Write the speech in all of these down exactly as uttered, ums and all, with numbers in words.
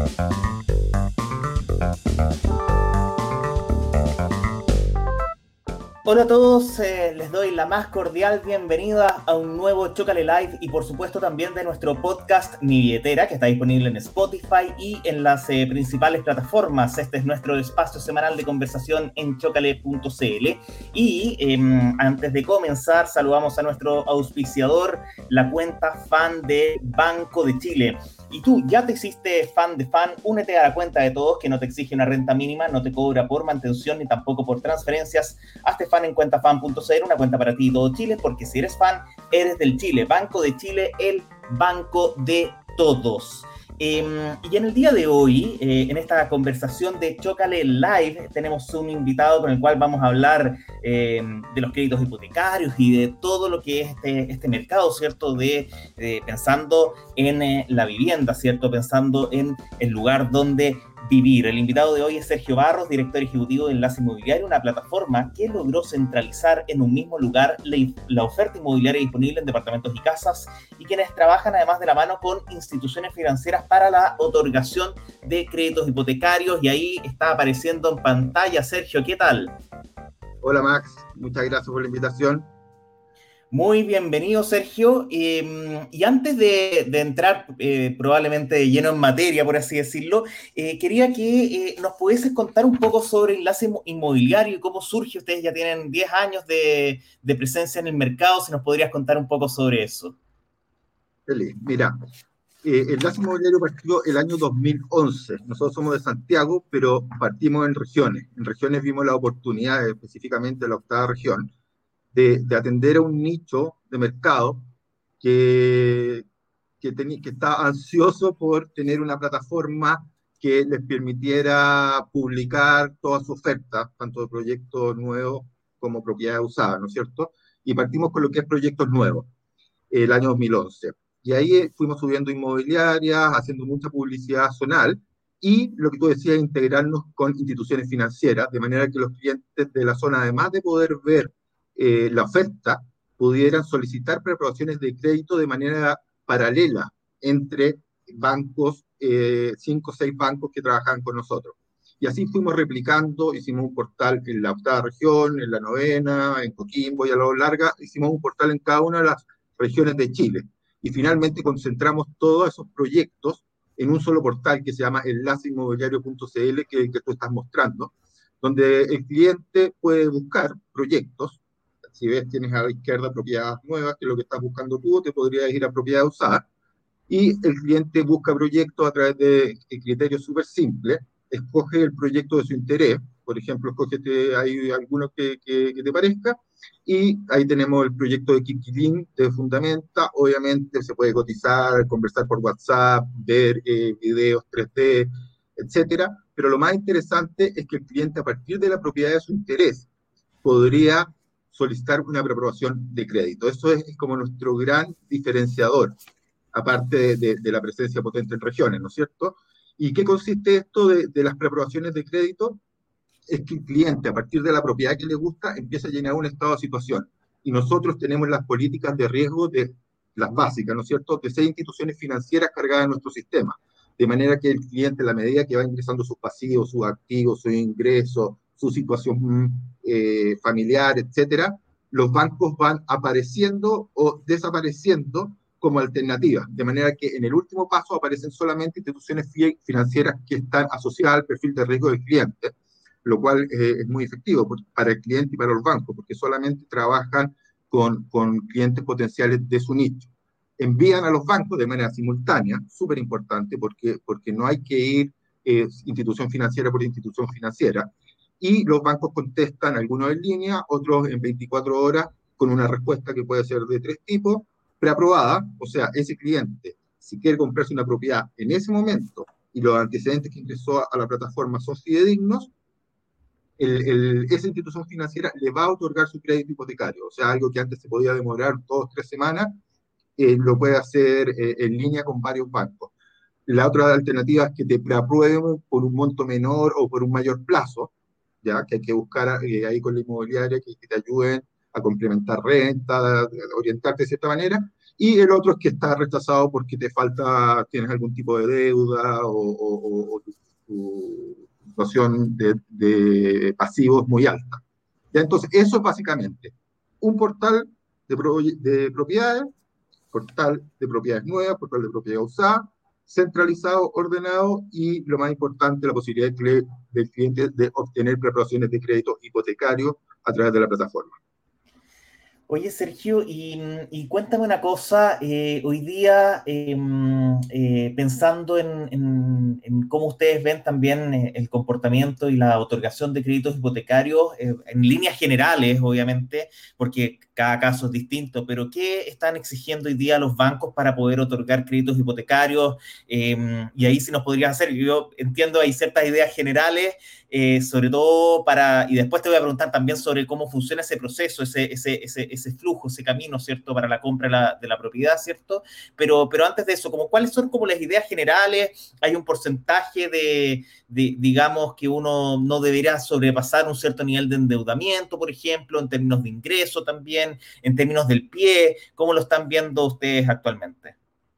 Hola a todos, eh, les doy la más cordial bienvenida a un nuevo Chócale Live y por supuesto también de nuestro podcast Mi Billetera, que está disponible en Spotify y en las eh, principales plataformas. Este es nuestro espacio semanal de conversación en chocale punto c l. Y eh, antes de comenzar, saludamos a nuestro auspiciador, la cuenta fan de Banco de Chile. Y tú, ¿ya te hiciste fan de fan? Únete a la cuenta de todos, que no te exige una renta mínima, no te cobra por mantención ni tampoco por transferencias. Hazte fan en cuenta fan punto c l, una cuenta para ti y todo Chile, porque si eres fan, eres del Chile. Banco de Chile, el banco de todos. Eh, y en el día de hoy, eh, en esta conversación de Chócale Live, tenemos un invitado con el cual vamos a hablar eh, de los créditos hipotecarios y de todo lo que es este, este mercado, ¿cierto? De, de pensando en eh, la vivienda, ¿cierto? Pensando en el lugar donde vivir. El invitado de hoy es Sergio Barros, director ejecutivo de Enlace Inmobiliario, una plataforma que logró centralizar en un mismo lugar la, la oferta inmobiliaria disponible en departamentos y casas, y quienes trabajan además de la mano con instituciones financieras para la otorgación de créditos hipotecarios. Y ahí está apareciendo en pantalla Sergio. ¿Qué tal? Hola Max, muchas gracias por la invitación. Muy bienvenido, Sergio. Eh, y antes de, de entrar eh, probablemente lleno en materia, por así decirlo, eh, quería que eh, nos pudieses contar un poco sobre Enlace Inmobiliario y cómo surge. Ustedes ya tienen diez años de, de presencia en el mercado, si nos podrías contar un poco sobre eso. Feliz. Mira, eh, Enlace Inmobiliario partió el año dos mil once. Nosotros somos de Santiago, pero partimos en regiones. En regiones vimos la oportunidad, específicamente en la octava región, de, de atender a un nicho de mercado que, que, teni- que está ansioso por tener una plataforma que les permitiera publicar toda su oferta, tanto de proyectos nuevos como propiedades usadas, ¿no es cierto? Y partimos con lo que es proyectos nuevos, el año dos mil once. Y ahí eh, fuimos subiendo inmobiliarias, haciendo mucha publicidad zonal, y lo que tú decías, integrarnos con instituciones financieras, de manera que los clientes de la zona, además de poder ver eh, la oferta, pudieran solicitar preaprobaciones de crédito de manera paralela entre bancos, eh, cinco o seis bancos que trabajan con nosotros. Y así fuimos replicando, hicimos un portal en la octava región, en la novena, en Coquimbo y a lo larga, hicimos un portal en cada una de las regiones de Chile. Y finalmente concentramos todos esos proyectos en un solo portal que se llama enlace inmobiliario punto c l, que, que tú estás mostrando, donde el cliente puede buscar proyectos. Si ves, tienes a la izquierda propiedades nuevas, que es lo que estás buscando tú, te podrías ir a propiedades usadas, y el cliente busca proyectos a través de criterios súper simples, escoge el proyecto de su interés, por ejemplo, escógete ahí alguno que, que, que te parezca, y ahí tenemos el proyecto de Kikilin de Fundamenta. Obviamente se puede cotizar, conversar por WhatsApp, ver eh, videos tres D, etcétera, pero lo más interesante es que el cliente, a partir de la propiedad de su interés, podría solicitar una preaprobación de crédito. Eso es, es como nuestro gran diferenciador, aparte de, de, de la presencia potente en regiones, ¿no es cierto? ¿Y qué consiste esto de, de las preaprobaciones de crédito? Es que el cliente, a partir de la propiedad que le gusta, empieza a llenar un estado de situación. Y nosotros tenemos las políticas de riesgo de las básicas, ¿no es cierto?, de seis instituciones financieras cargadas en nuestro sistema. De manera que el cliente, a la medida que va ingresando sus pasivos, sus activos, sus ingresos, su situación eh, familiar, etcétera, los bancos van apareciendo o desapareciendo como alternativa, de manera que en el último paso aparecen solamente instituciones financieras que están asociadas al perfil de riesgo del cliente, lo cual eh, es muy efectivo para el cliente y para los bancos, porque solamente trabajan con, con clientes potenciales de su nicho. Envían a los bancos de manera simultánea, súper importante, porque, porque no hay que ir eh, institución financiera por institución financiera, y los bancos contestan, algunos en línea, otros en veinticuatro horas, con una respuesta que puede ser de tres tipos: preaprobada, o sea, ese cliente, si quiere comprarse una propiedad en ese momento y los antecedentes que ingresó a la plataforma son fidedignos, el, el, esa institución financiera le va a otorgar su crédito hipotecario. O sea, algo que antes se podía demorar dos, tres semanas, eh, lo puede hacer eh, en línea con varios bancos. La otra alternativa es que te preaprueben por un monto menor o por un mayor plazo, ya que hay que buscar eh, ahí con la inmobiliaria que, que te ayuden a complementar renta, a orientarte de cierta manera. y el otro es que está rechazado porque te falta, tienes algún tipo de deuda o, o, o tu, tu situación de, de pasivos muy alta. ¿Ya? Entonces, eso es básicamente un portal de, pro, de propiedades, portal de propiedades nuevas, portal de propiedad usada, centralizado, ordenado y, lo más importante, la posibilidad de, del cliente de obtener preparaciones de crédito hipotecario a través de la plataforma. Oye, Sergio, y, y cuéntame una cosa, eh, hoy día eh, eh, pensando en, en, en cómo ustedes ven también eh, el comportamiento y la otorgación de créditos hipotecarios, eh, en líneas generales, obviamente, porque cada caso es distinto, pero ¿qué están exigiendo hoy día los bancos para poder otorgar créditos hipotecarios? Eh, y ahí sí nos podrías hacer, yo entiendo, hay ciertas ideas generales, eh, sobre todo para, y después te voy a preguntar también sobre cómo funciona ese proceso, ese, ese, ese, ese flujo, ese camino, ¿cierto? Para la compra de la, de la propiedad, ¿cierto? Pero, pero antes de eso, como, ¿cuáles son como las ideas generales? ¿Hay un porcentaje de, de, digamos, que uno no debería sobrepasar un cierto nivel de endeudamiento, por ejemplo, en términos de ingreso también, en términos del pie? ¿Cómo lo están viendo ustedes actualmente?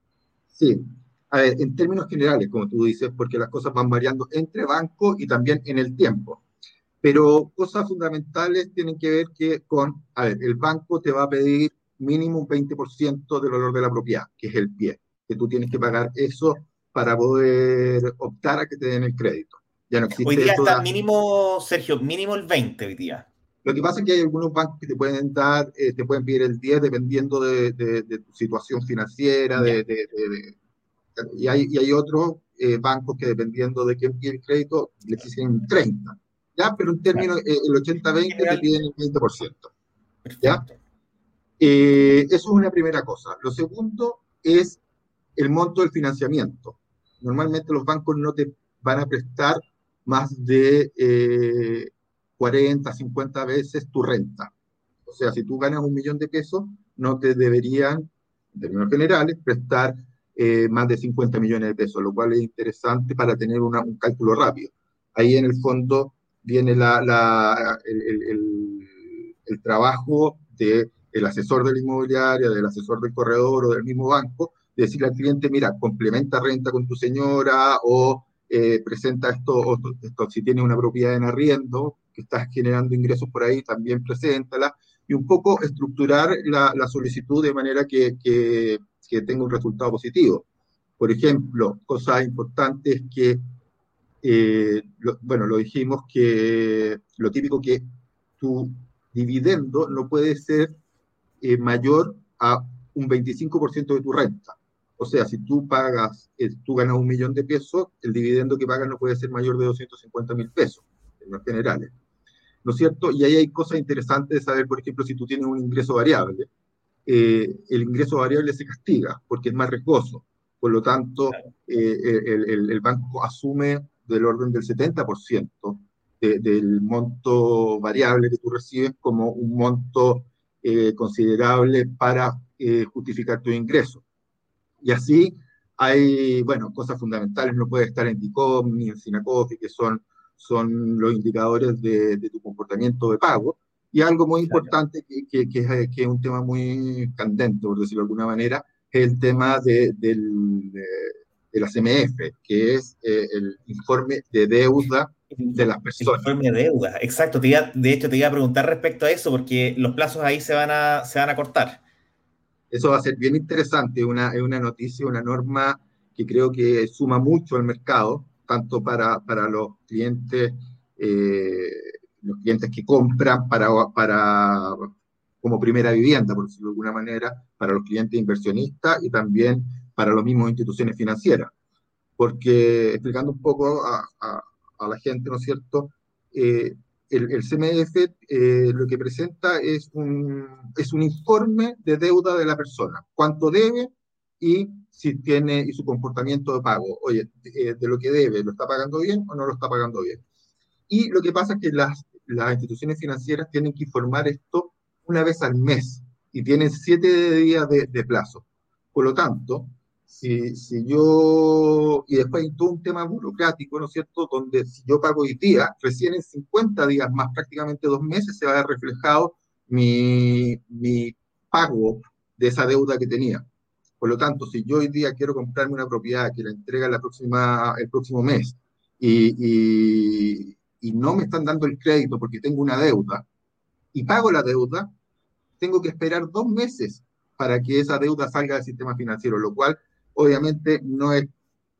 Sí, a ver, en términos generales, como tú dices, porque las cosas van variando entre bancos y también en el tiempo. Pero cosas fundamentales tienen que ver que con, a ver, el banco te va a pedir mínimo un veinte por ciento del valor de la propiedad, que es el pie, que tú tienes que pagar eso para poder optar a que te den el crédito. Ya no Hoy existe día eso de... está mínimo, Sergio, mínimo el veinte hoy día. Lo que pasa es que hay algunos bancos que te pueden dar, eh, te pueden pedir el diez dependiendo de, de, de tu situación financiera, de, Ya. de, de, y hay, y hay otros eh, bancos que dependiendo de quién pide el crédito, le exigen treinta, ¿ya? Pero en términos, Claro. eh, el ochenta veinte te General, piden el veinte por ciento, ¿ya? perfecto. Eh, eso es una primera cosa. Lo segundo es el monto del financiamiento. Normalmente los bancos no te van a prestar más de eh, cuarenta, cincuenta veces tu renta. O sea, si tú ganas un millón de pesos, no te deberían, en términos generales, prestar eh, más de cincuenta millones de pesos, lo cual es interesante para tener una, un cálculo rápido. Ahí en el fondo viene la, la, el, el, el, el, trabajo del de asesor de la inmobiliaria, del asesor del corredor o del mismo banco, de decirle al cliente, mira, complementa renta con tu señora o eh, presenta esto, o esto, si tienes una propiedad en arriendo, que estás generando ingresos por ahí, también preséntala, y un poco estructurar la, la solicitud de manera que, que, que, tenga un resultado positivo. Por ejemplo, cosas importantes que, eh, lo, bueno, lo dijimos que lo típico que tu dividendo no puede ser eh, mayor a un veinticinco por ciento de tu renta. O sea, si tú pagas, eh, tú ganas un millón de pesos, el dividendo que pagas no puede ser mayor de doscientos cincuenta mil pesos, en los generales. ¿No es cierto? Y ahí hay cosas interesantes de saber, por ejemplo, si tú tienes un ingreso variable, eh, el ingreso variable se castiga porque es más riesgoso. Por lo tanto, Claro. eh, el, el, el, banco asume del orden del setenta por ciento de, del monto variable que tú recibes como un monto eh, considerable para eh, justificar tu ingreso. Y así hay, bueno, cosas fundamentales, no puedes estar en T I C O M ni en SINACOFI, que son, son los indicadores de, de, tu comportamiento de pago. Y algo muy Claro. importante, que, que, que, es, que, es, un tema muy candente, por decirlo de alguna manera, es el tema de, del, de, de la C M F, que es eh, el informe de deuda de las El personas. informe de deuda, exacto. Te iba, de hecho, te iba a preguntar respecto a eso, porque los plazos ahí se van a, se van a cortar. Eso va a ser bien interesante, una, es una noticia, una norma que creo que suma mucho al mercado, tanto para, para los clientes, eh, los clientes que compran para, para, como primera vivienda, por decirlo de alguna manera, para los clientes inversionistas y también para las mismas instituciones financieras. Porque, explicando un poco a, a, a la gente, ¿no es cierto? Eh, el, el C M F eh, lo que presenta es un, es un informe de deuda de la persona, cuánto debe y si tiene y su comportamiento de pago. Oye, eh, de lo que debe, ¿lo está pagando bien o no lo está pagando bien? Y lo que pasa es que las, las instituciones financieras tienen que informar esto una vez al mes y tienen siete días de, de plazo. Por lo tanto, si, si yo, y después hay todo un tema burocrático, ¿no es cierto?, donde si yo pago hoy día, recién en cincuenta días más, prácticamente dos meses, se va a ver reflejado mi, mi pago de esa deuda que tenía. Por lo tanto, si yo hoy día quiero comprarme una propiedad que la entrega la próxima, el próximo mes y, y, y no me están dando el crédito porque tengo una deuda y pago la deuda, tengo que esperar dos meses para que esa deuda salga del sistema financiero, lo cual obviamente no es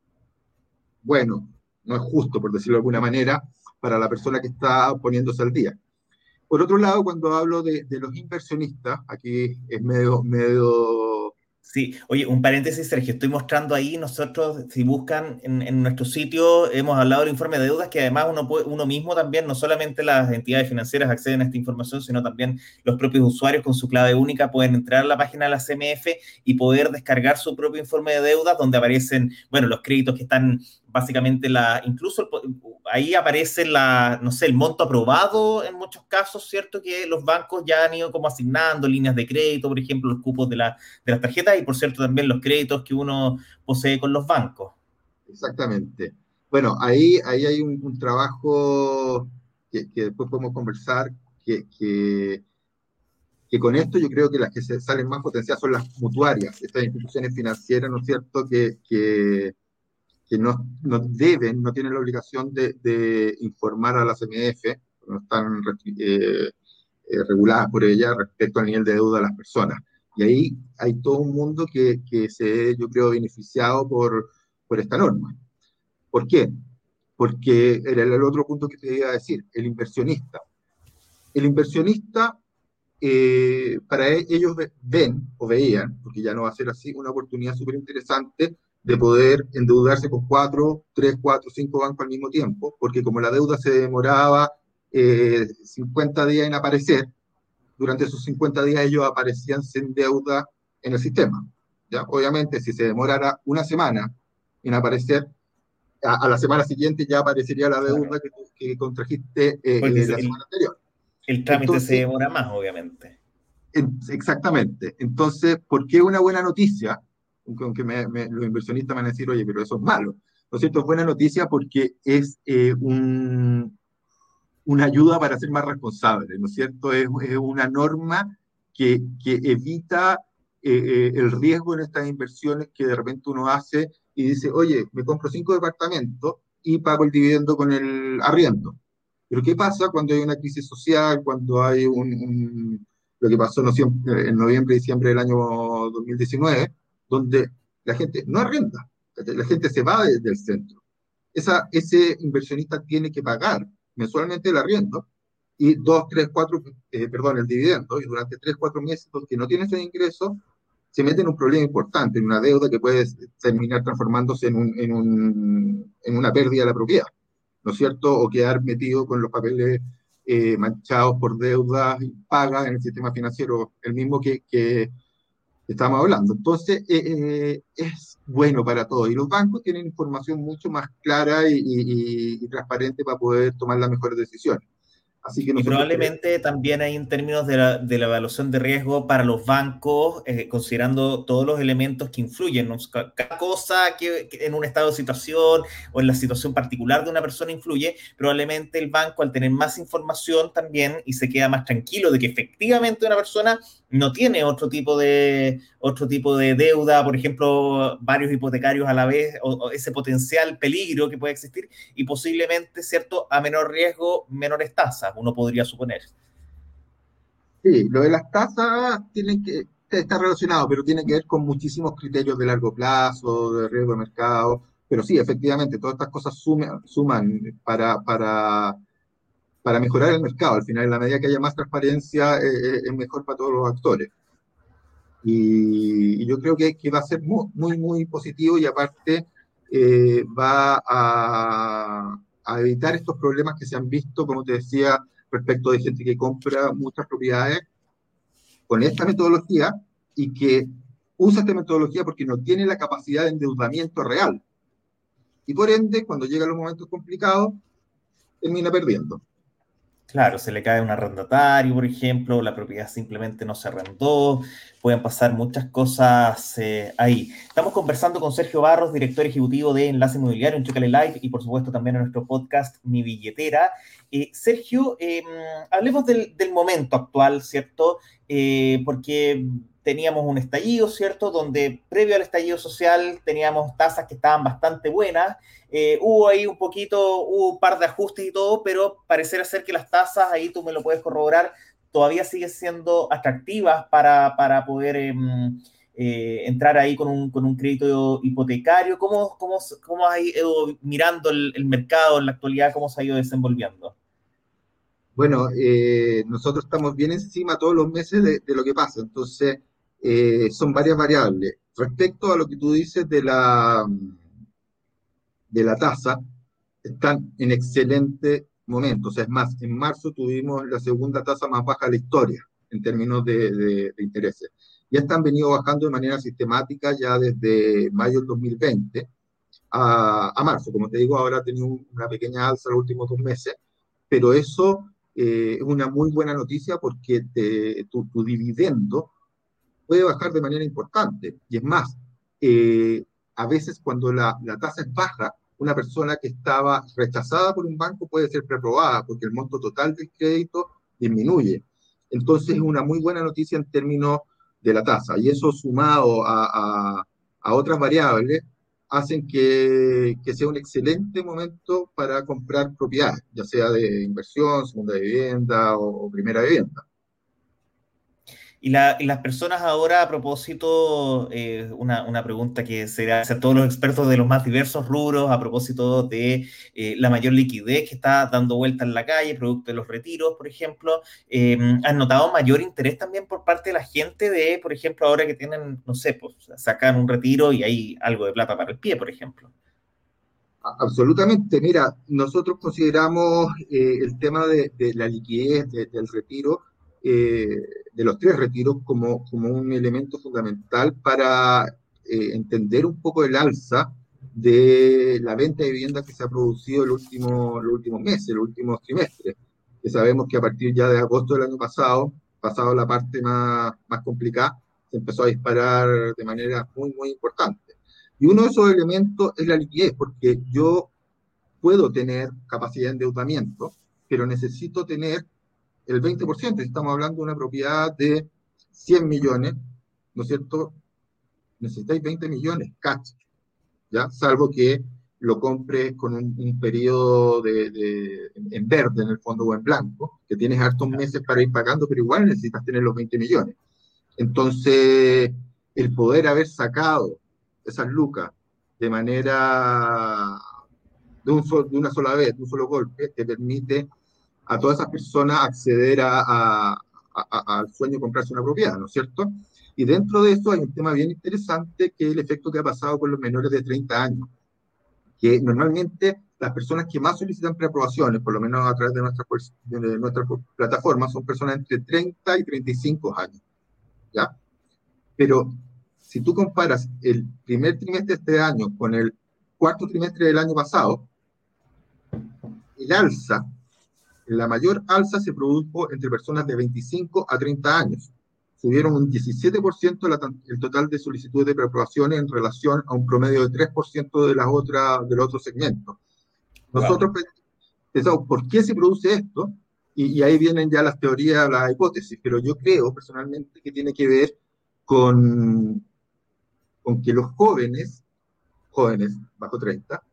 bueno, no es justo, por decirlo de alguna manera, para la persona que está poniéndose al día. Por otro lado, cuando hablo de, de los inversionistas, aquí es medio, medio... Sí, oye, un paréntesis, Sergio, estoy mostrando ahí, nosotros, si buscan en, en nuestro sitio, hemos hablado del informe de deudas, que además uno, puede, uno mismo también, no solamente las entidades financieras acceden a esta información, sino también los propios usuarios con su clave única pueden entrar a la página de la C M F y poder descargar su propio informe de deudas, donde aparecen, bueno, los créditos que están básicamente, la, incluso ahí aparece la, no sé, el monto aprobado en muchos casos, ¿cierto? Que los bancos ya han ido como asignando líneas de crédito, por ejemplo, los cupos de, la, de las tarjetas y, por cierto, también los créditos que uno posee con los bancos. Exactamente. Bueno, ahí, ahí hay un, un trabajo que, que, después podemos conversar, que, que, que, con esto yo creo que las que se salen más potenciadas son las mutuarias, estas instituciones financieras, ¿no es cierto?, que, que, que no, no deben, no tienen la obligación de, de informar a la C M F, no están eh, eh, reguladas por ella respecto al nivel de deuda de las personas. Y ahí hay todo un mundo que, que se, yo creo, beneficiado por, por esta norma. ¿Por qué? Porque era el otro punto que te iba a decir, el inversionista. El inversionista, eh, para e- ellos ven o veían, porque ya no va a ser así, una oportunidad súper interesante de poder endeudarse con cuatro, tres, cuatro, cinco bancos al mismo tiempo, porque como la deuda se demoraba eh, cincuenta días en aparecer, durante esos cincuenta días ellos aparecían sin deuda en el sistema. ¿Ya? Obviamente, si se demorara una semana en aparecer, a, a la semana siguiente ya aparecería la Claro. deuda que, que contrajiste eh, Porque eh, la el, semana anterior. el trámite se Entonces, demora más, obviamente. en, exactamente. Entonces, ¿por qué una buena noticia? Aunque me, me, los inversionistas van a decir, oye, pero eso es malo. ¿No es cierto? Es buena noticia porque es eh, un, una ayuda para ser más responsable, ¿no es cierto? Es, es una norma que, que evita eh, eh, el riesgo en estas inversiones que de repente uno hace y dice, oye, me compro cinco departamentos y pago el dividendo con el arriendo. Pero ¿qué pasa cuando hay una crisis social, cuando hay un, un lo que pasó no siempre, en noviembre y diciembre del año dos mil diecinueve, donde la gente no arrenda, la gente se va de, del centro? Esa, ese inversionista tiene que pagar mensualmente el arriendo y dos, tres, cuatro, eh, perdón, el dividendo, y durante tres, cuatro meses que no tiene ese ingreso, se mete en un problema importante, en una deuda que puede terminar transformándose en, un, en, un, en una pérdida de la propiedad, ¿no es cierto? O quedar metido con los papeles eh, manchados por deudas y pagas en el sistema financiero, el mismo que, que estamos hablando. Entonces, eh, eh, es bueno para todos. Y los bancos tienen información mucho más clara y, y, y transparente para poder tomar las mejores decisiones. Así que Y nosotros creemos. probablemente también hay en términos de la, de la evaluación de riesgo para los bancos, eh, considerando todos los elementos que influyen, ¿no? Cada cosa que, que en un estado de situación o en la situación particular de una persona influye, probablemente el banco al tener más información también y se queda más tranquilo de que efectivamente una persona no tiene otro tipo de, otro tipo de deuda, por ejemplo, varios hipotecarios a la vez, o, o ese potencial peligro que puede existir, y posiblemente, ¿cierto?, a menor riesgo, menores tasas, uno podría suponer. Sí, lo de las tasas tienen que, está relacionado, pero tiene que ver con muchísimos criterios de largo plazo, de riesgo de mercado. Pero sí, efectivamente, todas estas cosas suman, suman para, para, para mejorar el mercado. Al final, en la medida que haya más transparencia, eh, eh, es mejor para todos los actores. Y, y yo creo que, que, va a ser muy, muy, muy positivo y aparte eh, va a, a, evitar estos problemas que se han visto, como te decía, respecto de gente que compra muchas propiedades con esta metodología y que usa esta metodología porque no tiene la capacidad de endeudamiento real. Y por ende, cuando llegan los momentos complicados, termina perdiendo. Claro, se le cae un arrendatario, por ejemplo, la propiedad simplemente no se arrendó, pueden pasar muchas cosas eh, ahí. Estamos conversando con Sergio Barros, director ejecutivo de Enlace Inmobiliario en Chocale Live y por supuesto también en nuestro podcast Mi Billetera. Eh, Sergio, eh, hablemos del, del momento actual, ¿cierto? Eh, porque teníamos un estallido, ¿cierto? Donde previo al estallido social teníamos tasas que estaban bastante buenas. Eh, hubo ahí un poquito, hubo un par de ajustes y todo, pero pareciera ser que las tasas, ahí tú me lo puedes corroborar, todavía siguen siendo atractivas para, para poder eh, eh, entrar ahí con un, con un crédito hipotecario. ¿Cómo, cómo, cómo has ido mirando el, el mercado en la actualidad? ¿Cómo se ha ido desenvolviendo? Bueno, eh, nosotros estamos bien encima todos los meses de, de lo que pasa, entonces eh, son varias variables. Respecto a lo que tú dices de la, de la tasa, están en excelente momento. O sea, es más, en marzo tuvimos la segunda tasa más baja de la historia en términos de, de, de intereses. Y estas han venido bajando de manera sistemática ya desde mayo del dos mil veinte a, a marzo. Como te digo, ahora ha tenido una pequeña alza los últimos dos meses, pero eso eh, es una muy buena noticia porque te, tu, tu dividendo puede bajar de manera importante. Y es más, eh, a veces cuando la, la tasa es baja, una persona que estaba rechazada por un banco puede ser preaprobada porque el monto total del crédito disminuye. Entonces es una muy buena noticia en términos de la tasa. Y eso sumado a, a, a otras variables hacen que, que sea un excelente momento para comprar propiedades, ya sea de inversión, segunda vivienda o, o primera vivienda. Y, la, y las personas ahora, a propósito, eh, una, una, pregunta que se hace a todos los expertos de los más diversos rubros, a propósito de eh, la mayor liquidez que está dando vuelta en la calle, producto de los retiros, por ejemplo, eh, ¿han notado mayor interés también por parte de la gente de, por ejemplo, ahora que tienen, no sé, pues sacan un retiro y hay algo de plata para el pie, por ejemplo? Absolutamente. Mira, nosotros consideramos eh, el tema de, de la liquidez de, del retiro, eh, de los tres retiros, como, como un elemento fundamental para eh, entender un poco el alza de la venta de viviendas que se ha producido el último, los últimos meses, los últimos trimestres. Que sabemos que a partir ya de agosto del año pasado, pasado la parte más, más complicada, se empezó a disparar de manera muy, muy importante. Y uno de esos elementos es la liquidez, porque yo puedo tener capacidad de endeudamiento, pero necesito tener el veinte por ciento. Estamos hablando de una propiedad de cien millones, ¿no es cierto? Necesitáis veinte millones cash, ¿ya? Salvo que lo compres con un, un periodo de, de, en verde, en el fondo, o en blanco, que tienes hartos meses para ir pagando, pero igual necesitas tener los veinte millones. Entonces, el poder haber sacado esas lucas de manera, de, un sol, de una sola vez, de un solo golpe, te permite a todas esas personas acceder a, a, a, al sueño de comprarse una propiedad, ¿no es cierto? Y dentro de eso hay un tema bien interesante que es el efecto que ha pasado con los menores de treinta años, que normalmente las personas que más solicitan preaprobaciones, por lo menos a través de nuestra, de nuestra plataforma, son personas entre treinta y treinta y cinco años, ¿ya? Pero si tú comparas el primer trimestre de este año con el cuarto trimestre del año pasado, el alza, la mayor alza se produjo entre personas de veinticinco a treinta años. Subieron un diecisiete por ciento la, el total de solicitudes de preaprobaciones en relación a un promedio de tres por ciento de las otras, de los otros segmentos. Wow. Nosotros pensamos, ¿por qué se produce esto? Y, y ahí vienen ya las teorías, las hipótesis, pero yo creo personalmente que tiene que ver con, con que los jóvenes, jóvenes bajo treinta,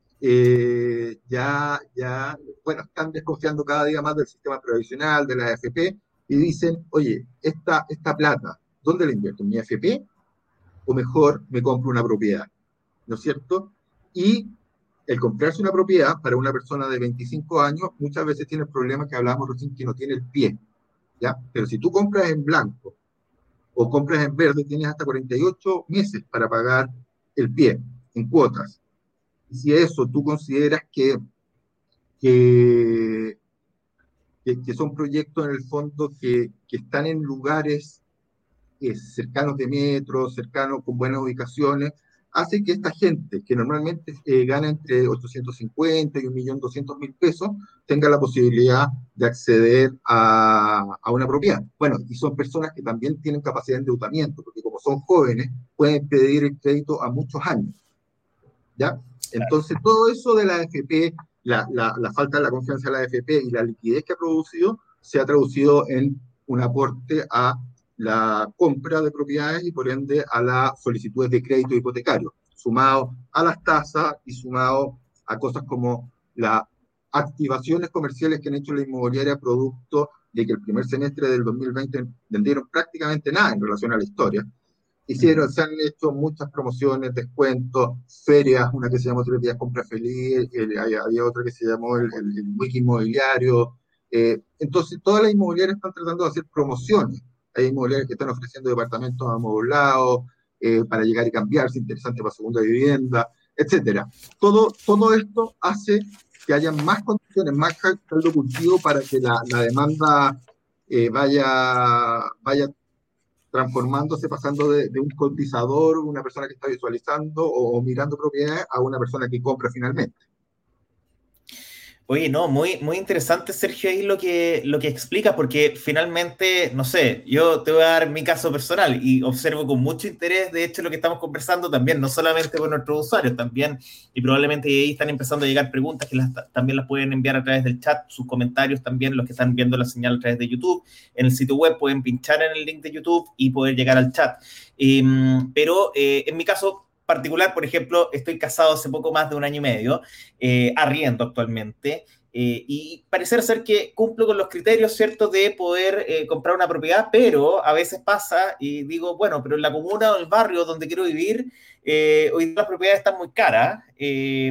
eh, ya, ya, bueno, están desconfiando cada día más del sistema previsional, de la A F P, y dicen, oye, esta, esta plata, ¿dónde la invierto? ¿En mi A F P? ¿O mejor me compro una propiedad? ¿No es cierto? Y el comprarse una propiedad para una persona de veinticinco años muchas veces tiene el problema que hablábamos recién, que no tiene el pie, ¿ya? Pero si tú compras en blanco o compras en verde, tienes hasta cuarenta y ocho meses para pagar el pie en cuotas. Y si eso tú consideras que, que, que, que son proyectos en el fondo que, que están en lugares eh, cercanos de metro, cercanos con buenas ubicaciones, hace que esta gente, que normalmente eh, gana entre ochocientos cincuenta y un millón doscientos mil pesos, tenga la posibilidad de acceder a, a una propiedad. Bueno, y son personas que también tienen capacidad de endeudamiento, porque como son jóvenes, pueden pedir el crédito a muchos años, ¿ya? Entonces, todo eso de la A F P, la, la, la falta de la confianza de la A F P y la liquidez que ha producido, se ha traducido en un aporte a la compra de propiedades y por ende a las solicitudes de crédito hipotecario, sumado a las tasas y sumado a cosas como las activaciones comerciales que han hecho la inmobiliaria producto de que el primer semestre del dos mil veinte vendieron prácticamente nada en relación a la historia. Hicieron, se han hecho muchas promociones, descuentos, ferias, una que se llamó Tres Días Compra Feliz, el, había, había otra que se llamó el, el, el Wiki Inmobiliario. Eh, entonces, todas las inmobiliarias están tratando de hacer promociones. Hay inmobiliarias que están ofreciendo departamentos amoblados eh, para llegar y cambiarse, interesante para segunda vivienda, etcétera. Todo, todo esto hace que haya más condiciones, más caldo cultivo para que la, la demanda eh, vaya, vaya transformándose, pasando de, de un cotizador, una persona que está visualizando o, o mirando propiedades, a una persona que compra finalmente. Oye, no, muy, muy interesante, Sergio, ahí lo que, lo que explicas, porque finalmente, no sé, yo te voy a dar mi caso personal y observo con mucho interés, de hecho, lo que estamos conversando también, no solamente con nuestros usuarios, también, y probablemente ahí están empezando a llegar preguntas que las, también las pueden enviar a través del chat, sus comentarios también, los que están viendo la señal a través de YouTube, en el sitio web pueden pinchar en el link de YouTube y poder llegar al chat. Eh, pero eh, en mi caso particular, por ejemplo, estoy casado hace poco más de un año y medio, eh, arriendo actualmente, eh, y parecer ser que cumplo con los criterios, ¿cierto?, de poder eh, comprar una propiedad, pero a veces pasa y digo, bueno, pero en la comuna o el barrio donde quiero vivir, eh, hoy las propiedades están muy caras, eh,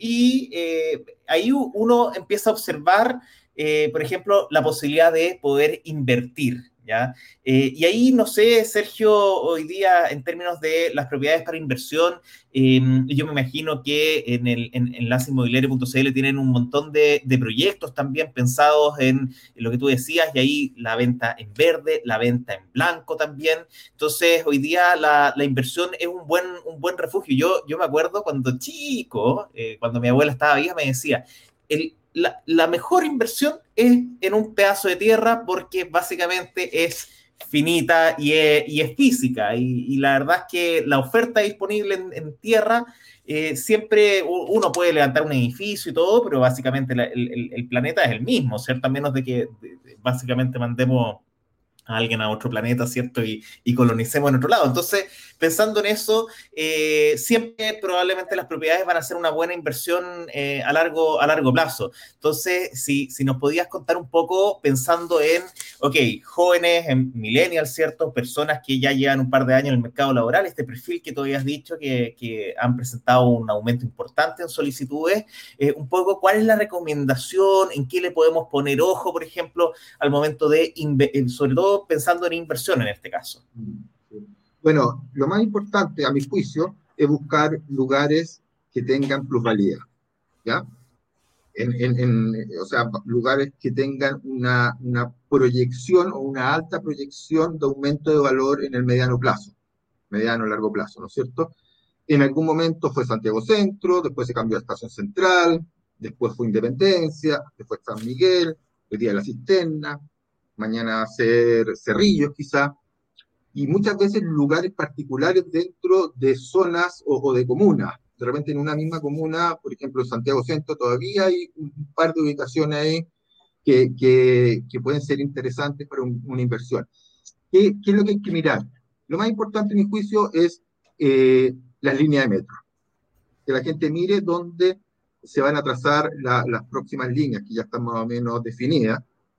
y eh, ahí uno empieza a observar, eh, por ejemplo, la posibilidad de poder invertir. ¿Ya? Eh, y ahí, no sé, Sergio, hoy día en términos de las propiedades para inversión, eh, yo me imagino que en, el, en, en enlace inmobiliario punto c l tienen un montón de, de proyectos también pensados en, en lo que tú decías, y ahí la venta en verde, la venta en blanco también. Entonces, hoy día la, la inversión es un buen, un buen refugio. Yo, yo me acuerdo cuando chico, eh, cuando mi abuela estaba viva, me decía, el La, la, mejor inversión es en un pedazo de tierra porque básicamente es finita y es, y es física. Y, y, la verdad es que la oferta disponible en, en tierra, eh, siempre uno puede levantar un edificio y todo, pero básicamente la, el, el, planeta es el mismo, ¿cierto? A menos de que de, de, básicamente mandemos a alguien a otro planeta, ¿cierto? Y, y colonicemos en otro lado. Entonces, pensando en eso, eh, siempre probablemente las propiedades van a ser una buena inversión eh, a, largo, a largo plazo. Entonces, si, si nos podías contar un poco pensando en, ok, jóvenes, en millennials, ¿cierto? Personas que ya llevan un par de años en el mercado laboral, este perfil que tú habías dicho que, que han presentado un aumento importante en solicitudes, eh, un poco cuál es la recomendación, en qué le podemos poner ojo, por ejemplo, al momento de, sobre todo, pensando en inversión en este caso. Bueno, lo más importante, a mi juicio, es buscar lugares que tengan plusvalía, ¿ya? En, en, en, o sea, lugares que tengan una, una proyección o una alta proyección de aumento de valor en el mediano plazo, mediano o largo plazo, ¿no es cierto? En algún momento fue Santiago Centro, después se cambió a Estación Central, después fue Independencia, después San Miguel, hoy día La Cisterna, mañana va a ser Cerrillos quizá, y muchas veces lugares particulares dentro de zonas o, o de comunas. De repente en una misma comuna, por ejemplo en Santiago Centro, todavía hay un par de ubicaciones ahí que, que, que pueden ser interesantes para un, una inversión. ¿Qué, ¿Qué es lo que hay que mirar? Lo más importante, en mi juicio, es eh, las líneas de metro. Que la gente mire dónde se van a trazar la, las próximas líneas, que ya están más o menos definidas,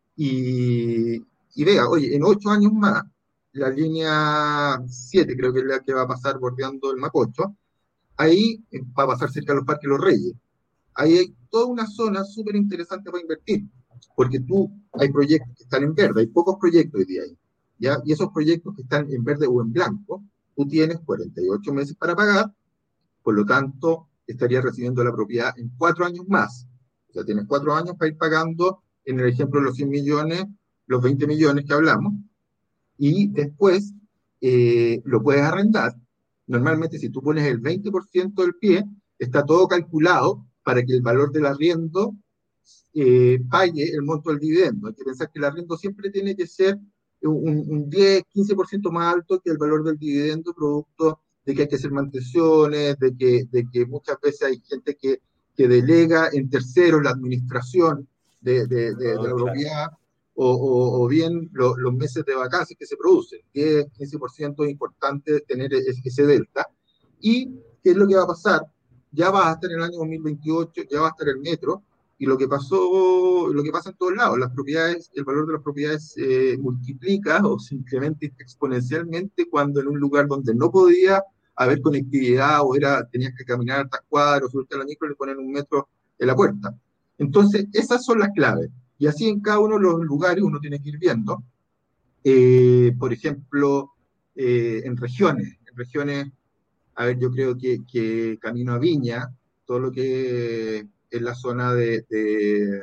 y, y vea, oye, en ocho años más, la línea siete creo que es la que va a pasar bordeando el Mapocho, ahí va a pasar cerca de los Parques Los Reyes. Ahí hay toda una zona súper interesante para invertir, porque tú, hay proyectos que están en verde, hay pocos proyectos hoy día ahí, ¿ya? Y esos proyectos que están en verde o en blanco, tú tienes cuarenta y ocho meses para pagar, por lo tanto, estarías recibiendo la propiedad en cuatro años más. O sea, tienes cuatro años para ir pagando, en el ejemplo de los cien millones, los veinte millones que hablamos, y después eh, lo puedes arrendar. Normalmente, si tú pones el veinte por ciento del pie, está todo calculado para que el valor del arriendo eh, pague el monto del dividendo. Hay que pensar que el arriendo siempre tiene que ser un, un diez, quince por ciento más alto que el valor del dividendo, producto de que hay que hacer mantenciones, de que, de que muchas veces hay gente que, que delega en terceros la administración de, de, de, de la propiedad. o, o, o bien lo, los meses de vacancias que se producen. diez, quince por ciento es importante tener ese, ese delta. ¿Y qué es lo que va a pasar? Ya va a estar en el año dos mil veintiocho, ya va a estar el metro, y lo que pasó, lo que pasa en todos lados, las propiedades, el valor de las propiedades se eh, multiplica o se incrementa exponencialmente cuando en un lugar donde no podía haber conectividad o era, tenías que caminar hasta cuadros, subirte a la micro, le ponen un metro en la puerta. Entonces, esas son las claves. Y así en cada uno de los lugares uno tiene que ir viendo. Eh, por ejemplo, eh, en regiones, en regiones, a ver, yo creo que, que camino a Viña, todo lo que es la zona de, de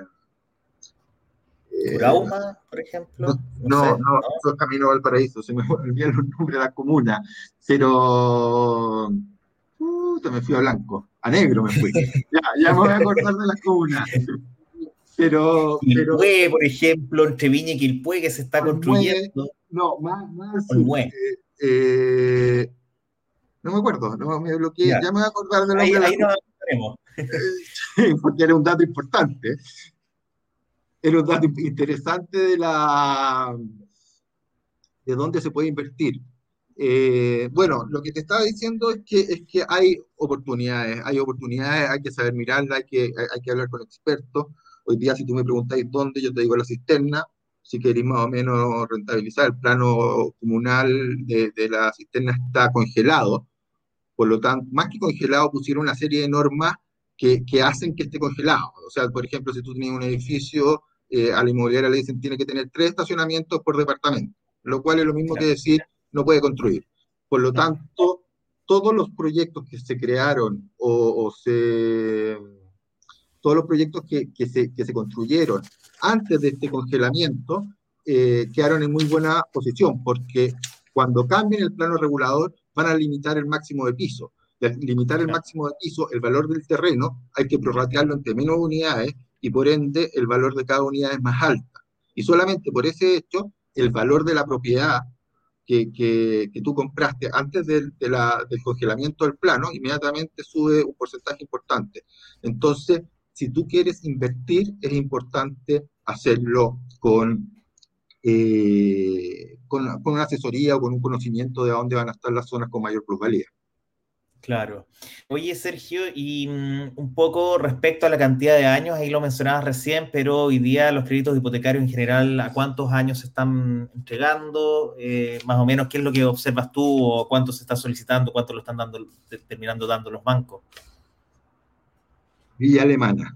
eh, Urauma, por no, ejemplo, no no, sé, no, ¿no? eso es Camino a Valparaíso, se me olvidan los nombres de la comuna, pero uh, me fui a blanco, a negro me fui. Ya, ya me voy a acordar de la comuna, pero, pero Quilpué, por ejemplo, entre Viña y Quilpué, que se está Olmué, construyendo. no, más, más al sur. Olmué, Eh, eh, no me acuerdo, no me bloqueé, ya. ya me voy a acordar del Ahí, nombre de la ahí comuna, nos encontraremos. porque era un dato importante, era un dato interesante de la de dónde se puede invertir. Eh, bueno, lo que te estaba diciendo es que, es que hay oportunidades, hay oportunidades, hay que saber mirarlas, hay que, hay, hay que hablar con expertos. Hoy día, si tú me preguntáis dónde, yo te digo la cisterna. Si queréis más o menos rentabilizar, el plano comunal de, de la cisterna está congelado. Por lo tanto, más que congelado, pusieron una serie de normas que, que hacen que esté congelado. O sea, por ejemplo, si tú tienes un edificio, eh, a la inmobiliaria le dicen tiene que tener tres estacionamientos por departamento, lo cual es lo mismo que Claro. decir no puede construir. Por lo tanto, todos los proyectos que se crearon o, o se, todos los proyectos que, que, se, que se construyeron antes de este congelamiento eh, quedaron en muy buena posición, porque cuando cambien el plano regulador van a limitar el máximo de piso. Y al limitar el Claro. máximo de piso, el valor del terreno hay que prorratearlo entre menos unidades y por ende el valor de cada unidad es más alta. Y solamente por ese hecho, el valor de la propiedad que, que, que tú compraste antes del, de la, del congelamiento del plano, inmediatamente sube un porcentaje importante. Entonces, si tú quieres invertir, es importante hacerlo con, eh, con, con una asesoría o con un conocimiento de a dónde van a estar las zonas con mayor plusvalía. Claro. Oye, Sergio, y mm, un poco respecto a la cantidad de años, ahí lo mencionabas recién, pero hoy día los créditos hipotecarios en general, ¿a cuántos años se están entregando? Eh, más o menos, ¿qué es lo que observas tú o cuánto se está solicitando, cuánto lo están dando, terminando dando los bancos? Villa Alemana.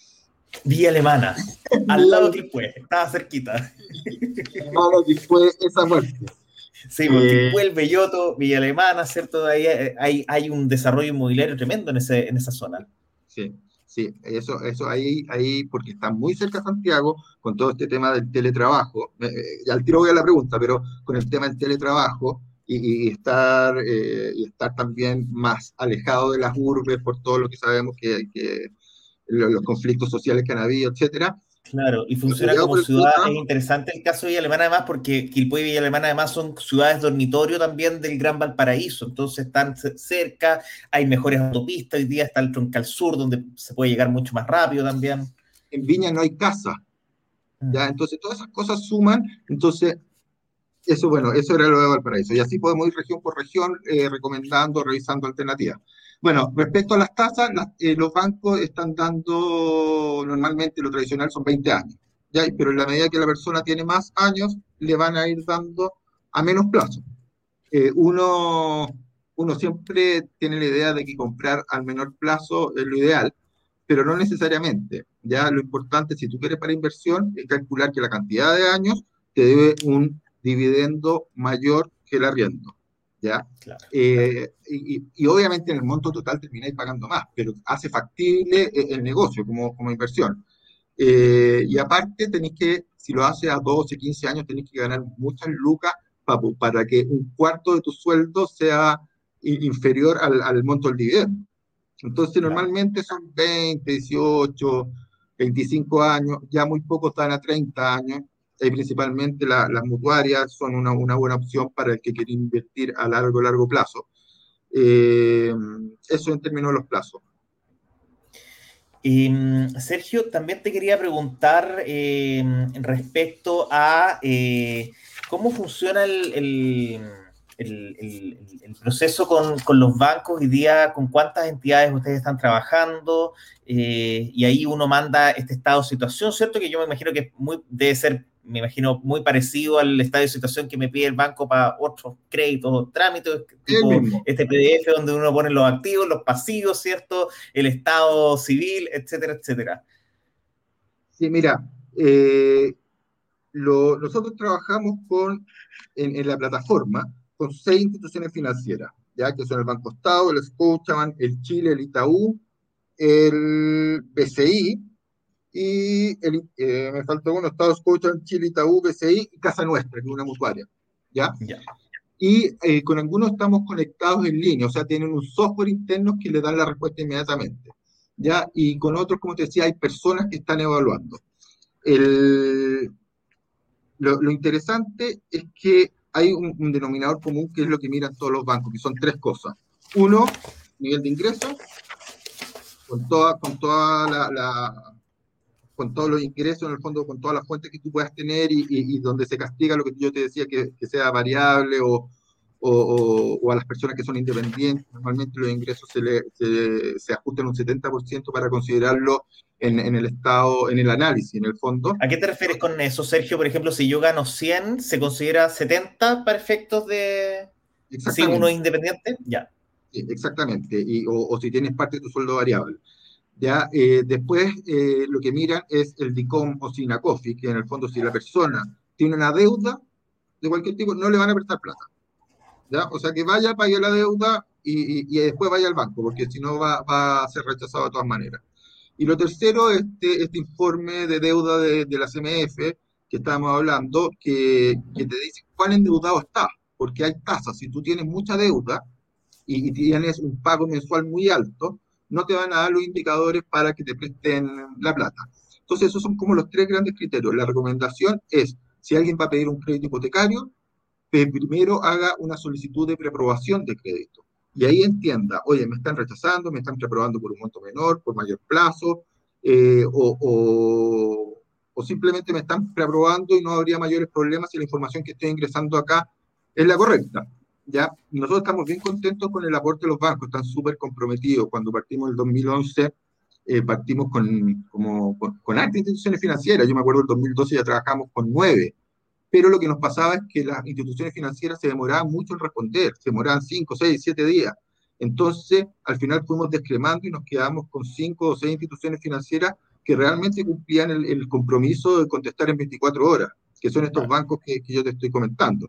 Vía Alemana, al Villa lado Alemana, que fue, estaba cerquita. hermano, que fue esa muerte. Sí, porque Eh, Quilpué, el Belloto, Villa Alemana, ¿cierto? Ahí hay, hay, hay un desarrollo inmobiliario tremendo en, ese, en esa zona. Sí, sí, eso, eso ahí, ahí, porque está muy cerca de Santiago, con todo este tema del teletrabajo, eh, eh, al tiro voy a la pregunta, pero con el tema del teletrabajo y, y estar, eh, y estar también más alejado de las urbes por todo lo que sabemos que, que lo- los conflictos sociales que han habido, etcétera, Claro, y funciona apoyado como por el ciudad, es teletrabajo, interesante el caso de Villa Alemana además porque Quilpué y Villa Alemana además son ciudades dormitorio también del Gran Valparaíso, entonces están c- cerca, hay mejores autopistas, hoy día está el Troncal Sur donde se puede llegar mucho más rápido también. en Viña no hay casa, Mm. ¿ya? Entonces todas esas cosas suman, entonces eso, bueno, eso era lo de Valparaíso. Y así podemos ir región por región eh, recomendando, revisando alternativas. Bueno, respecto a las tasas, las, eh, los bancos están dando, normalmente lo tradicional son veinte años, ¿ya? Pero en la medida que la persona tiene más años, le van a ir dando a menos plazo. Eh, uno, uno siempre tiene la idea de que comprar al menor plazo es lo ideal, pero no necesariamente. Ya lo importante, si tú quieres para inversión, es calcular que la cantidad de años te debe un dividendo mayor que el arriendo. ¿Ya? Claro, claro. Eh, y, y- y obviamente en el monto total termináis pagando más, pero hace factible eh, el negocio como, como inversión. Eh, y aparte, tenéis que, si lo haces a doce, quince años, tenéis que ganar muchas lucas pa- para que un cuarto de tu sueldo sea i- inferior al, al monto del dividendo. Entonces, Claro. normalmente son veinte, dieciocho, veinticinco años, ya muy pocos dan a treinta años, y principalmente la- las mutuarias son una, una buena opción para el que quiere invertir a largo, largo plazo. Eh, eso en términos de los plazos. Eh, Sergio, también te quería preguntar eh, respecto a eh, cómo funciona el, el- el- el- el proceso con, con los bancos hoy día, con cuántas entidades ustedes están trabajando, eh, y ahí uno manda este estado de situación, ¿cierto? Que yo me imagino que es muy, debe ser, me imagino, muy parecido al estado de situación que me pide el banco para otros créditos o trámites, El tipo mismo. este P D F donde uno pone los activos, los pasivos, ¿cierto? El estado civil, etcétera, etcétera. Sí, mira, eh, lo- nosotros trabajamos con, en, en la plataforma con seis instituciones financieras, ya que son el Banco Estado, el Scotiabank, el Chile, el Itaú, el B C I y el, eh, me faltó uno, Estado, Scotiabank, Chile, Itaú, B C I y Casa Nuestra, que es una mutuaria, ¿ya? Ya. Y eh, con algunos estamos conectados en línea, o sea, tienen un software interno que le dan la respuesta inmediatamente, ¿ya? Y con otros, como te decía, hay personas que están evaluando. El, lo, lo interesante es que hay un, un denominador común que es lo que miran todos los bancos, que son tres cosas. Uno, nivel de ingresos, con toda, con toda la, la- con todos los ingresos, en el fondo, con todas las fuentes que tú puedas tener y, y- y donde se castiga lo que yo te decía, que, que sea variable o, o, o- o a las personas que son independientes. Normalmente los ingresos se, le, se, se ajustan un setenta por ciento para considerarlo en, en el estado, en el análisis, en el fondo. ¿A qué te refieres con eso, Sergio? Por ejemplo, si yo gano cien, ¿se considera setenta para efectos de si uno es Exactamente. independiente? Ya. Sí, exactamente, y, o, o si tienes parte de tu sueldo variable. ¿Ya? Eh, después eh, lo que miran es el DICOM o SINACOFI, que en el fondo si la persona tiene una deuda de cualquier tipo, no le van a prestar plata. ¿Ya? O sea que vaya, pague la deuda y, y- y después vaya al banco, porque si no va, va a ser rechazado de todas maneras. Y lo tercero, este, este informe de deuda de, de la C M F que estábamos hablando, que, que te dice cuán endeudado estás, porque hay tasas. Si tú tienes mucha deuda, y, y tienes un pago mensual muy alto, no te van a dar los indicadores para que te presten la plata. Entonces, esos son como los tres grandes criterios. La recomendación es, si alguien va a pedir un crédito hipotecario, que primero haga una solicitud de preaprobación de crédito. Y ahí entienda, oye, me están rechazando, me están preaprobando por un monto menor, por mayor plazo, eh, o, o, o simplemente me están preaprobando y no habría mayores problemas si la información que estoy ingresando acá es la correcta. ¿Ya? Nosotros estamos bien contentos con el aporte de los bancos, están súper comprometidos. Cuando partimos el dos mil once, eh, partimos con, como, con, con altas instituciones financieras. Yo me acuerdo el dos mil doce ya trabajamos con nueve, pero lo que nos pasaba es que las instituciones financieras se demoraban mucho en responder, se demoraban cinco, seis, siete días. Entonces, al final fuimos descremando y nos quedamos con cinco o seis instituciones financieras que realmente cumplían el, el compromiso de contestar en veinticuatro horas, que son estos Ah. bancos que, que yo te estoy comentando.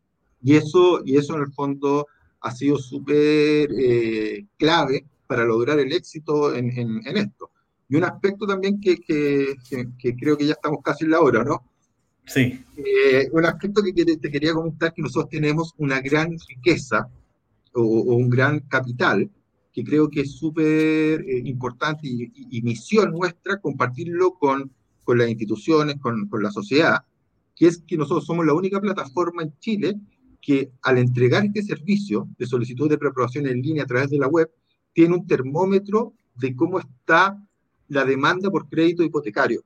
Y eso, y eso en el fondo ha sido súper eh, clave para lograr el éxito en, en, en, esto. Y un aspecto también que, que, que, que creo que ya estamos casi en la hora, ¿no? Sí. Eh, un aspecto que, que te quería comentar, que nosotros tenemos una gran riqueza o, o un gran capital, que creo que es súper eh, importante y, y, y, misión nuestra compartirlo con, con las instituciones, con, con la sociedad, que es que nosotros somos la única plataforma en Chile que al entregar este servicio de solicitud de preaprobación en línea a través de la web, tiene un termómetro de cómo está la demanda por crédito hipotecario.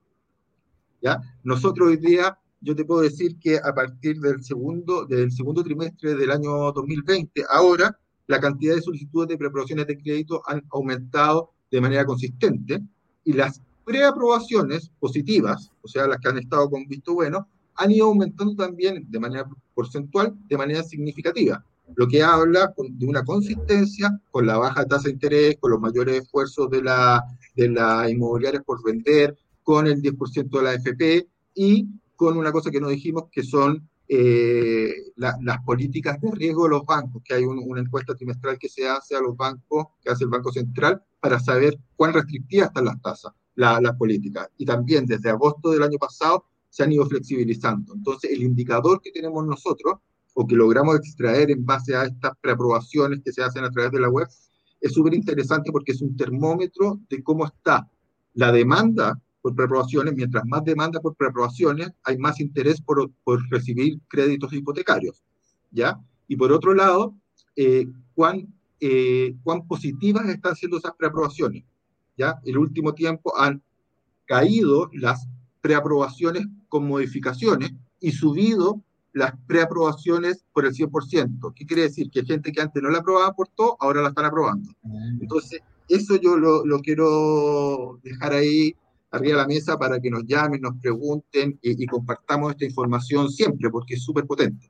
¿Ya? Nosotros hoy día, yo te puedo decir que a partir del segundo, del segundo trimestre del año dos mil veinte, ahora la cantidad de solicitudes de preaprobaciones de crédito han aumentado de manera consistente y las preaprobaciones positivas, o sea, las que han estado con visto bueno, han ido aumentando también de manera porcentual, de manera significativa, lo que habla con, de una consistencia con la baja tasa de interés, con los mayores esfuerzos de la, de la inmobiliaria por vender, con el diez por ciento de la A F P y con una cosa que no dijimos, que son eh, la, las políticas de riesgo de los bancos, que hay un, una encuesta trimestral que se hace a los bancos, que hace el Banco Central, para saber cuán restrictivas están las tasas, la, las políticas. Y también desde agosto del año pasado se han ido flexibilizando. Entonces, el indicador que tenemos nosotros, o que logramos extraer en base a estas preaprobaciones que se hacen a través de la web, es súper interesante porque es un termómetro de cómo está la demanda por preaprobaciones. Mientras más demanda por preaprobaciones, hay más interés por, por recibir créditos hipotecarios, ¿ya? Y por otro lado, eh, cuán, eh, cuán positivas están siendo esas preaprobaciones. ¿ya? El último tiempo han caído las preaprobaciones con modificaciones y subido las preaprobaciones por el cien por ciento. ¿Qué quiere decir? Que gente que antes no la aprobaba por todo, ahora la están aprobando. Entonces, eso yo lo, lo quiero dejar ahí arriba de la mesa para que nos llamen, nos pregunten y, y compartamos esta información siempre, porque es súper potente.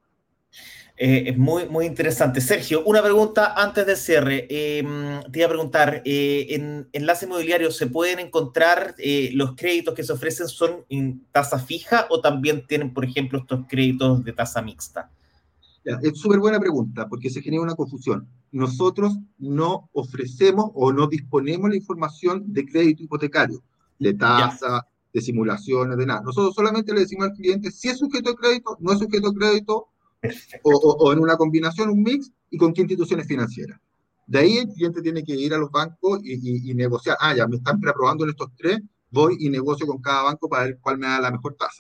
Eh, es muy, muy interesante. Sergio, una pregunta antes del cierre. Eh, te iba a preguntar, eh, ¿en Enlace Inmobiliario se pueden encontrar eh, los créditos que se ofrecen son en tasa fija o también tienen, por ejemplo, estos créditos de tasa mixta? Ya, es súper buena pregunta, porque se genera una confusión. Nosotros no ofrecemos o no disponemos la información de crédito hipotecario, de Ya, tasa, de simulaciones, de nada. Nosotros solamente le decimos al cliente si es sujeto de crédito, no es sujeto de crédito, o, perfecto. o, o en una combinación, un mix, y con qué instituciones financieras. De ahí el cliente tiene que ir a los bancos y, y, y negociar. Ah, ya me están preaprobando en estos tres, voy y negocio con cada banco para ver cuál me da la mejor tasa.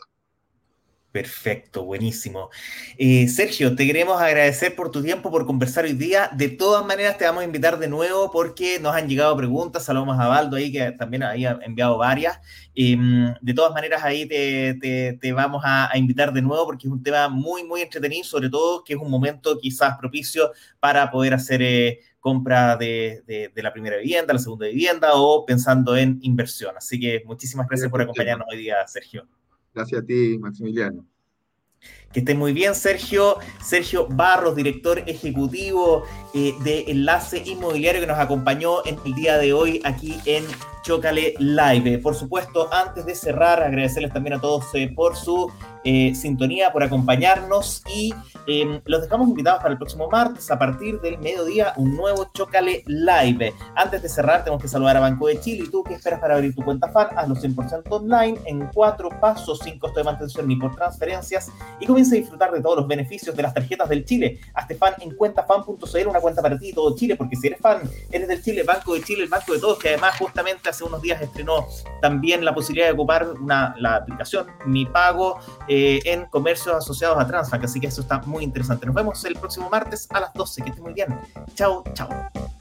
Perfecto, buenísimo. Eh, Sergio, te queremos agradecer por tu tiempo, por conversar hoy día. De todas maneras, te vamos a invitar de nuevo porque nos han llegado preguntas. Saludamos a Baldo ahí, que también había enviado varias. Eh, de todas maneras, ahí te, te, te vamos a, a invitar de nuevo porque es un tema muy, muy entretenido, sobre todo que es un momento quizás propicio para poder hacer eh, compra de, de, de la primera vivienda, la segunda vivienda o pensando en inversión. Así que muchísimas gracias por Este tema. acompañarnos hoy día, Sergio. Gracias a ti, Maximiliano. Que esté muy bien, Sergio. Sergio Barros, director ejecutivo eh, de Enlace Inmobiliario, que nos acompañó en el día de hoy aquí en Chócale Live. Por supuesto, antes de cerrar, agradecerles también a todos eh, por su eh, sintonía, por acompañarnos y eh, los dejamos invitados para el próximo martes a partir del mediodía, un nuevo Chócale Live. Antes de cerrar, tenemos que saludar a Banco de Chile. ¿Y tú qué esperas para abrir tu cuenta F A N? Hazlo cien por ciento online en cuatro pasos, sin costo de mantención ni por transferencias y comienza a disfrutar de todos los beneficios de las tarjetas del Chile. Hazte fan en cuentafan punto c l, una cuenta para ti, todo Chile, porque si eres fan, eres del Chile. Banco de Chile, el banco de todos, que además justamente hace unos días estrenó también la posibilidad de ocupar una, la aplicación Mi Pago eh, en comercios asociados a Transbank, así que eso está muy interesante. Nos vemos el próximo martes a las doce, que esté muy bien. Chao, chao.